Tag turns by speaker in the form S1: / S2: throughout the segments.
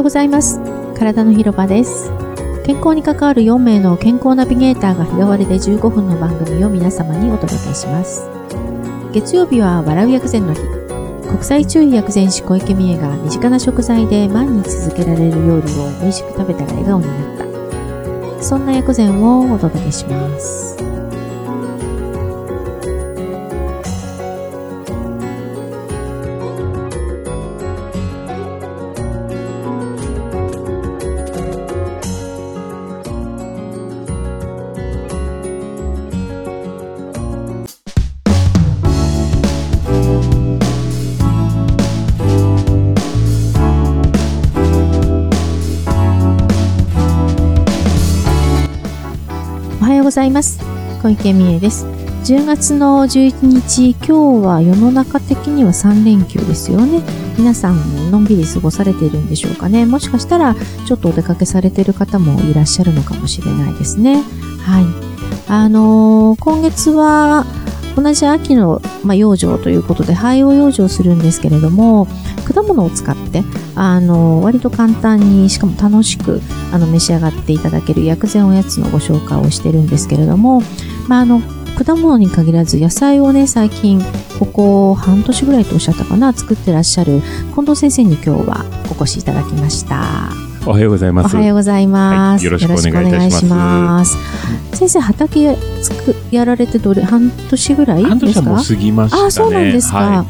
S1: ございます。体の広場です。健康に関わる4名の健康ナビゲーターが日替わりで15分の番組を皆様にお届けします。月曜日は笑う薬膳の日。国際中医薬膳師小池美恵が身近な食材で毎日続けられる料理を美味しく食べたら笑顔になった。そんな薬膳をお届けします。おはようございます。小池美恵です。10月の11日、今日は世の中的には3連休ですよね。皆さんのんびり過ごされているんでしょうかね。もしかしたらちょっとお出かけされている方もいらっしゃるのかもしれないですね。はい。今月は同じ秋の、養生ということで肺を養生するんですけれども、果物を使って割と簡単にしかも楽しく召し上がっていただける薬膳おやつのご紹介をしてるんですけれども、果物に限らず野菜をね、最近ここ半年ぐらいとおっしゃったかな、作ってらっしゃる近藤先生に今日はお越しいただきました。
S2: おはようございます。
S1: おはようございます。
S2: よろしくお願いいたします。
S1: 先生、畑やられて半年ぐらいですか？
S2: 半年はもう過ぎましたね。
S1: そうなんですか。
S2: はい、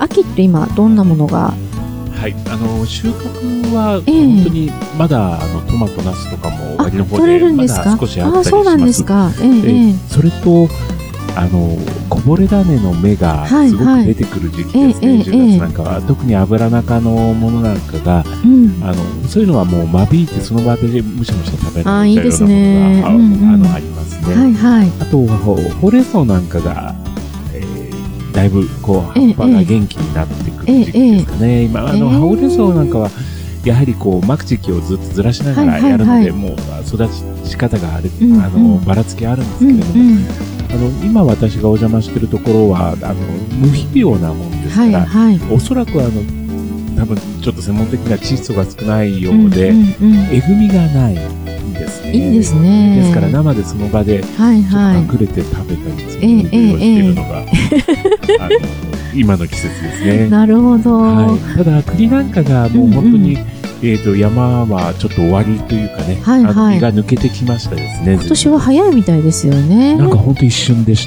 S1: 秋って今どんなものが？
S2: はい、収穫は本当にまだトマト、ナスとかも終わりの方でまだ少しあったりします。
S1: そうなんですか。
S2: それとこぼれ種の芽がすごく出てくる時期ですね。10月なんかは特に油中のものなんかが、そういうのはもう間引いてその場でむしゃむしゃ食べられちゃうようなものがありますね。あとはほうれん草なんかがだいぶ葉っぱが元気になってくる時期ですかね。今ほうれん草なんかはやはり巻く時期をずっとずらしながらやるので、もう育ち方がばらつきあるんですけれども、今私がお邪魔しているところは無肥料なもんですから、おそらく多分ちょっと専門的には窒素が少ないようで、えぐみがないんですね。
S1: いいですね。
S2: ですから生でその場でちょっとあくれて食べたりする料理をしているのが、今の季節ですね。
S1: なるほど。
S2: ただ栗なんかがもう本当に、山はちょっと終わりというかね、実が抜けてきましたですね。
S1: 今年は早いみたいですよね。
S2: なんか本当一瞬でした。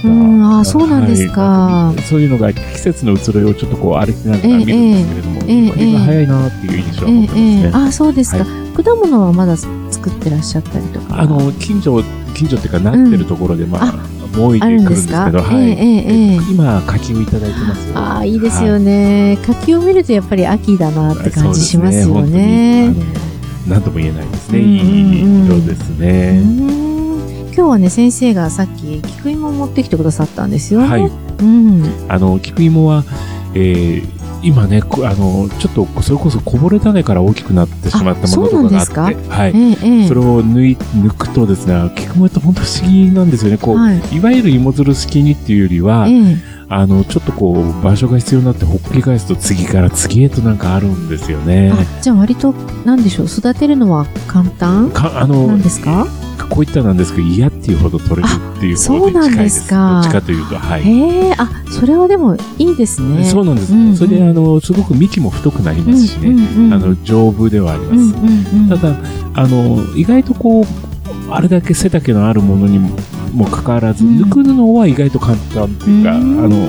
S1: そうなんですか。
S2: そういうのが季節の移ろいをちょっと歩きながら見るんですけれども、栗が早いなっていう印象を持ってますね。
S1: そうですか。果物はまだ作ってらっしゃったりとか。
S2: 近所っていうかなってるところでもいてくるんですけど、今柿をいただいてますよ。
S1: いいですよね。柿を見るとやっぱり秋だなって感じしますよね。
S2: 何とも言えないですね。いい色ですね。
S1: 今日はね、先生がさっき菊芋を持ってきてくださったんですよね。
S2: 菊芋は今ね、ちょっとそれこそこぼれ種から大きくなってしまったものとかがあって、それを抜くとですね、菊芋って本当不思議なんですよね。いわゆる芋づる式にっていうよりは、ちょっと場所が必要になってほっけ返すと次から次へとなんかあるんですよね。
S1: じゃあ割となんでしょう、育てるのは簡単なんですか？
S2: こういったなんですけど、嫌っていうほど取れるっていうほどに近いです。どっちかというと、
S1: それはでもいいですね。
S2: そうなんです。それですごく幹も太くなりますしね、丈夫ではあります。ただ意外とあれだけ背丈のあるものにもかかわらず、抜くのは意外と簡単っていうか、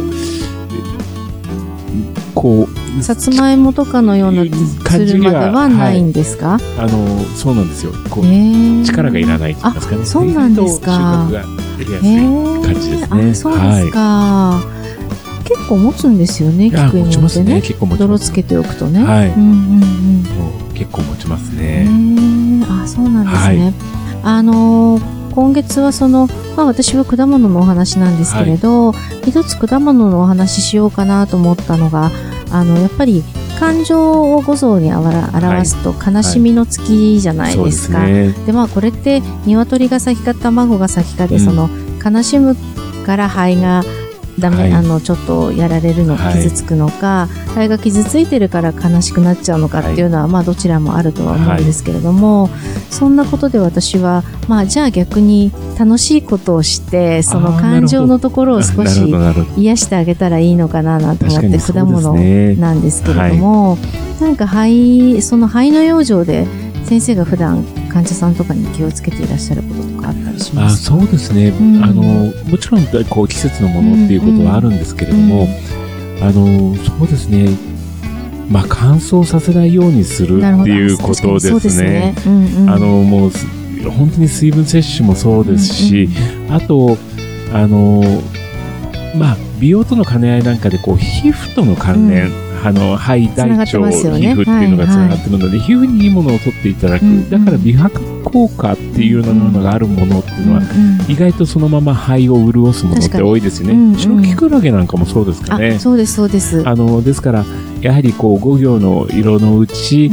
S1: さつまいもとかのようなするまではないんですか？
S2: そうなんですよ。力がいらないと言いますかね。
S1: そうなんですか。
S2: 収穫がやりやすい感じですね。
S1: そうですか。結構持つんですよね、菊芋ってね。泥つけておくとね。
S2: 結構持ちますね。
S1: そうなんですね。今月は私は果物のお話なんですけれど、一つ果物のお話しようかなと思ったのが、やっぱり感情を五臓に表すと悲しみの月じゃないですか。で、これって鶏が先か卵が先かで、悲しむから肺がダメ、ちょっとやられるの、傷つくのか、肺が傷ついてるから悲しくなっちゃうのかっていうのは、まあどちらもあるとは思うんですけれども、そんなことで私は、まあじゃあ逆に楽しいことをして、その感情のところを少し癒してあげたらいいのかななんて思って、果物なんですけれども、なんかその肺の養生で先生が普段患者さんとかに気をつけていらっしゃることとかあったりしますか？
S2: そうですね。もちろんこう季節のものっていうことはあるんですけれども、そうですね。まあ乾燥させないようにするっていうことですね。もう本当に水分摂取もそうですし、あとまあ美容との兼ね合いなんかでこう皮膚との関連、肺、大腸、皮膚っていうのがつながっているので、皮膚にいいものを取っていただく、だから美白効果っていうようなものがあるものっていうのは、意外とそのまま肺を潤すものって多いですよね。白キクラゲなんかもそうですかね。
S1: そうです、そうです。
S2: ですからやはりこう5行の色のうち、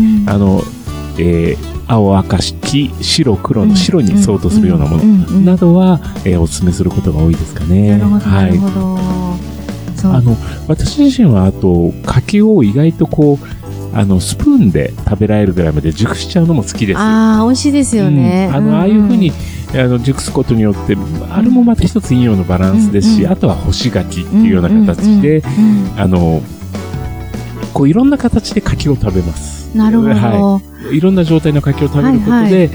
S2: 青、赤、黄、白、黒の白に相当するようなものなどは、お勧めすることが多いですかね。
S1: なるほど、なるほど。
S2: 私自身はあと柿を意外とこうスプーンで食べられるぐらいまで熟しちゃうのも好きです。
S1: 美味しいですよね。
S2: ああいうふうに熟すことによってあれもまた一ついいようなバランスですし、あとは干し柿っていうような形でこういろんな形で柿を食べます。
S1: なるほど。
S2: いろんな状態の柿を食べることで、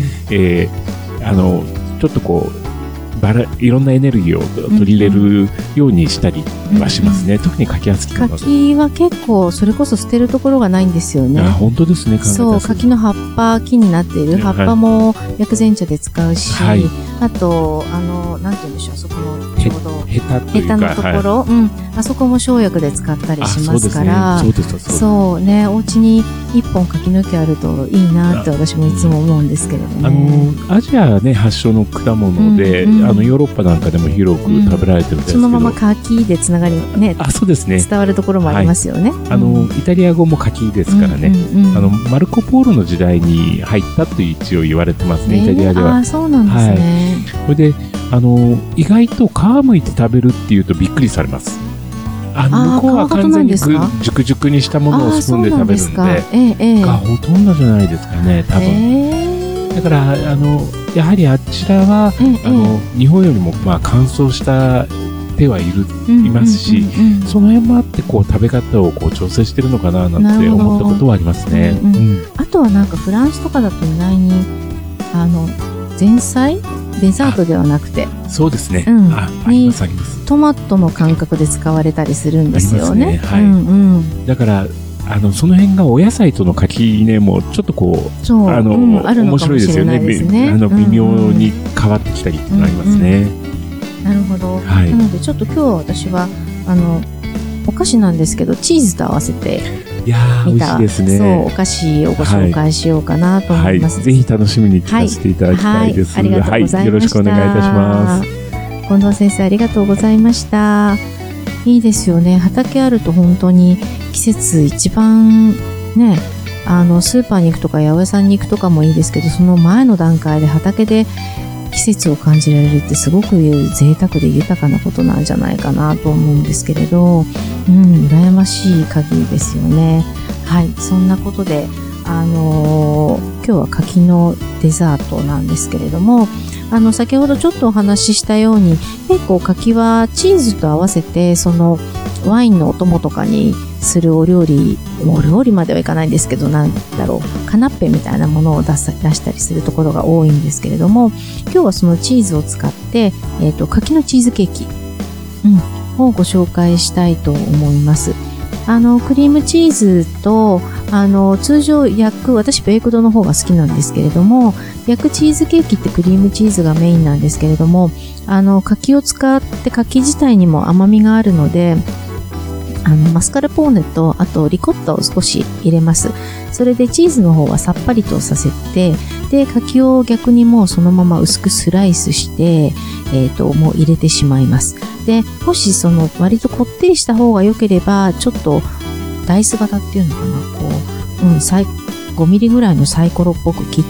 S2: ちょっとこういろんなエネルギーを取り入れるようにしたりはしますね。特に柿は好きなので。
S1: 柿は結構それこそ捨てるところがないんですよね。
S2: 本当ですね。
S1: そう、柿の葉っぱ、木になっている葉っぱも薬膳茶で使うし、あとなんて言うんでしょう、そこのちょうどヘタのところ、あそこも生薬で使ったりしますから、そうね、お家に一本柿の木あるといいなって私もいつも思うんですけれどね。
S2: アジアね発祥の果物で、ヨーロッパなんかでも広く食べられてるんですけど、
S1: そのまま柿でつながりね、
S2: そうですね、
S1: 伝わるところもありますよね。
S2: イタリア語も柿ですからね、マルコ・ポーロの時代に入ったと一応言われてますね、イタリアでは。
S1: そうなんですね。
S2: それで意外と皮むいて食べるっていうとびっくりされます。向こうは完全に熟々にしたものをスプーンで食べるんで、がほとんどじゃないですかね、多分。だからやはりあちらは日本よりもまあ乾燥したてはいますし、その辺もあってこう食べ方をこう調整してるのかななんて思ったことはありますね。
S1: あとはなんかフランスとかだと意外に前菜デザートではなくて、
S2: そうですね、ありますあります。
S1: トマトの感覚で使われたりするんですよね。
S2: だからその辺がお野菜との垣根もちょっとこう面白いですよね。微妙に変わってきたりっていうのがありますね。
S1: なるほど。なのでちょっと今日は私はお菓子なんですけどチーズと合わせてみたお菓子をご紹介しようかなと思います。
S2: ぜひ楽しみに聞かせていただきたいです。
S1: ありがとうございました。
S2: よろしくお願いいたします。
S1: 近藤先生ありがとうございました。いいですよね。畑あると本当に季節一番ね、スーパーに行くとか八百屋さんに行くとかもいいですけど、その前の段階で畑で季節を感じられるってすごく贅沢で豊かなことなんじゃないかなと思うんですけれど、羨ましい限りですよね。はい、そんなことで今日は柿のデザートなんですけれども、先ほどちょっとお話ししたように結構柿はチーズと合わせてそのワインのお供とかにするお料理まではいかないんですけど、なんだろう、カナッペみたいなものを出したりするところが多いんですけれども、今日はそのチーズを使って、柿のチーズケーキ、をご紹介したいと思います。クリームチーズと通常私ベイクドの方が好きなんですけれども、焼くチーズケーキってクリームチーズがメインなんですけれども、柿を使って柿自体にも甘みがあるので、マスカルポーネとあとリコッタを少し入れます。それでチーズの方はさっぱりとさせて、で柿を逆にもうそのまま薄くスライスしてもう入れてしまいます。でもしその割とこってりした方が良ければちょっとダイス型っていうのかな、5ミリぐらいのサイコロっぽく切って、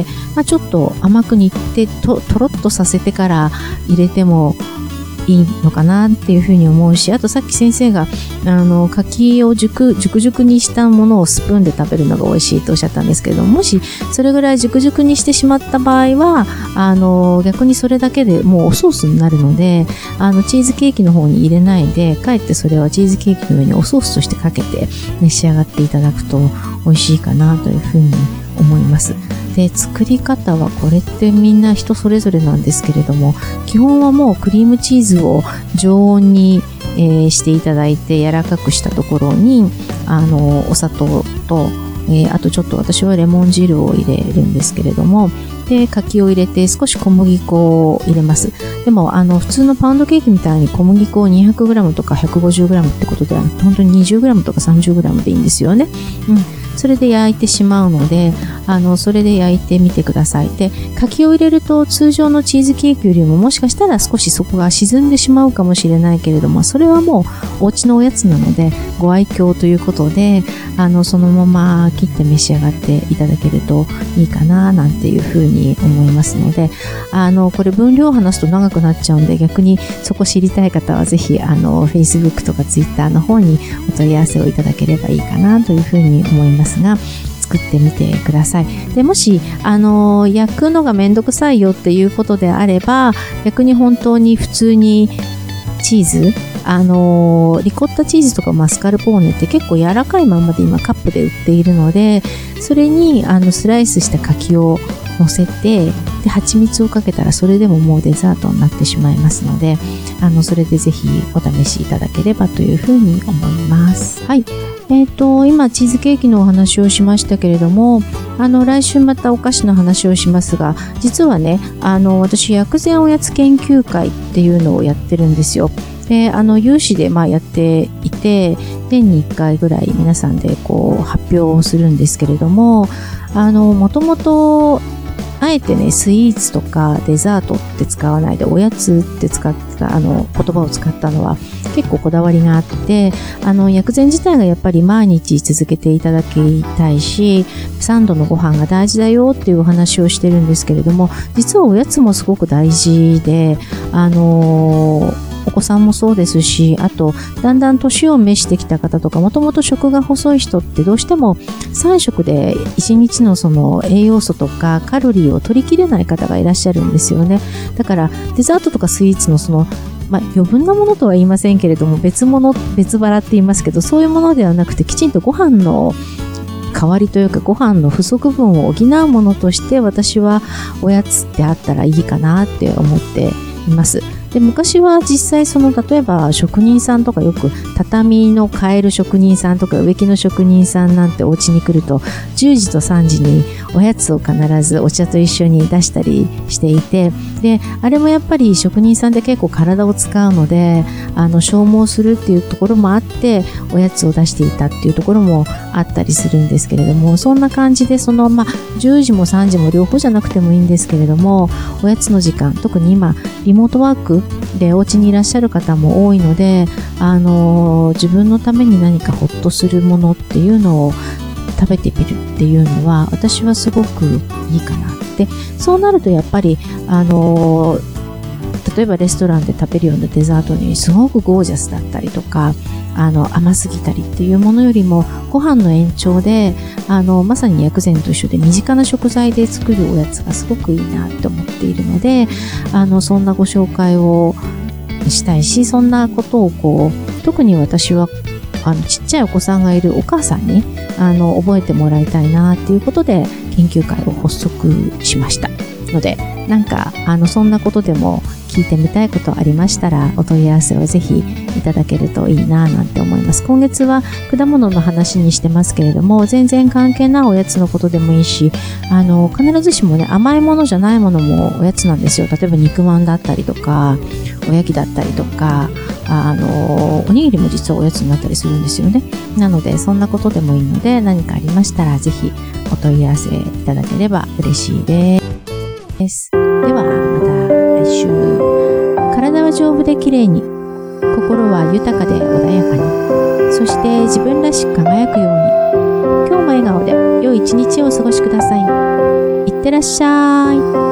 S1: ちょっと甘く煮てとろっとさせてから入れてもいいのかなっていうふうに思うし、あとさっき先生が柿を熟々にしたものをスプーンで食べるのが美味しいとおっしゃったんですけれども、もしそれぐらい熟々にしてしまった場合は逆にそれだけでもうおソースになるので、チーズケーキの方に入れないで、かえってそれはチーズケーキの上におソースとしてかけて召し上がっていただくと美味しいかなというふうに思います。で、作り方はこれってみんな人それぞれなんですけれども、基本はもうクリームチーズを常温に、していただいて柔らかくしたところにお砂糖と、あとちょっと私はレモン汁を入れるんですけれども、で柿を入れて少し小麦粉を入れます。でも普通のパウンドケーキみたいに小麦粉を 200g とか 150g ってことでは本当に 20g とか 30g でいいんですよね。それで焼いてしまうのでそれで焼いてみてください。で、柿を入れると通常のチーズケーキよりももしかしたら少しそこが沈んでしまうかもしれないけれども、それはもうお家のおやつなのでご愛嬌ということでそのまま切って召し上がっていただけるといいかななんていうふうに思いますので、これ分量を話すと長くなっちゃうんで、逆にそこ知りたい方はぜひFacebook とか Twitter の方にお問い合わせをいただければいいかなというふうに思いますが、作ってみてください。で、もし焼くのがめんどくさいよっていうことであれば、逆に本当に普通にチーズリコッタチーズとかマスカルポーネって結構柔らかいままで今カップで売っているので、それにスライスした柿を乗せて、で蜂蜜をかけたらそれでももうデザートになってしまいますので、それでぜひお試しいただければというふうに思います。はい。今チーズケーキのお話をしましたけれども、来週またお菓子の話をしますが、実はね私薬膳おやつ研究会っていうのをやってるんですよ。で有志でやっていて、年に1回ぐらい皆さんでこう発表をするんですけれども、もともとあえてねスイーツとかデザートって使わないでおやつって使った言葉を使ったのは結構こだわりがあって、薬膳自体がやっぱり毎日続けていただきたいし、3度のご飯が大事だよっていうお話をしてるんですけれども、実はおやつもすごく大事で、お子さんもそうですし、あとだんだん年を召してきた方とか、もともと食が細い人ってどうしても3食で1日のその栄養素とかカロリーを取りきれない方がいらっしゃるんですよね。だからデザートとかスイーツのその余分なものとは言いませんけれども、別腹って言いますけど、そういうものではなくて、きちんとご飯の代わりというかご飯の不足分を補うものとして、私はおやつってあったらいいかなって思っています。で、昔は実際例えば職人さんとか、よく畳の変える職人さんとか植木の職人さんなんてお家に来ると10時と3時におやつを必ずお茶と一緒に出したりしていて、であれもやっぱり職人さんって結構体を使うので消耗するっていうところもあっておやつを出していたっていうところもあったりするんですけれども、そんな感じで10時も3時も両方じゃなくてもいいんですけれども、おやつの時間、特に今リモートワークでお家にいらっしゃる方も多いので、自分のために何かホッとするものっていうのを食べてみるっていうのは私はすごくいいかなって。そうなるとやっぱり例えばレストランで食べるようなデザートにすごくゴージャスだったりとか甘すぎたりっていうものよりも、ご飯の延長でまさに薬膳と一緒で身近な食材で作るおやつがすごくいいなと思っているので、そんなご紹介をしたいし、そんなことを特に私はちっちゃいお子さんがいるお母さんに覚えてもらいたいなっていうことで研究会を発足しましたので、なんかそんなことでも聞いてみたいことありましたらお問い合わせをぜひいただけるといいななんて思います。今月は果物の話にしてますけれども、全然関係ないおやつのことでもいいし、必ずしもね甘いものじゃないものもおやつなんですよ。例えば肉まんだったりとかおやきだったりとかおにぎりも実はおやつになったりするんですよね。なのでそんなことでもいいので、何かありましたらぜひお問い合わせいただければ嬉しいです。ではまた来週。体は丈夫で綺麗に、心は豊かで穏やかに、そして自分らしく輝くように、今日も笑顔で良い一日をお過ごしください。いってらっしゃい。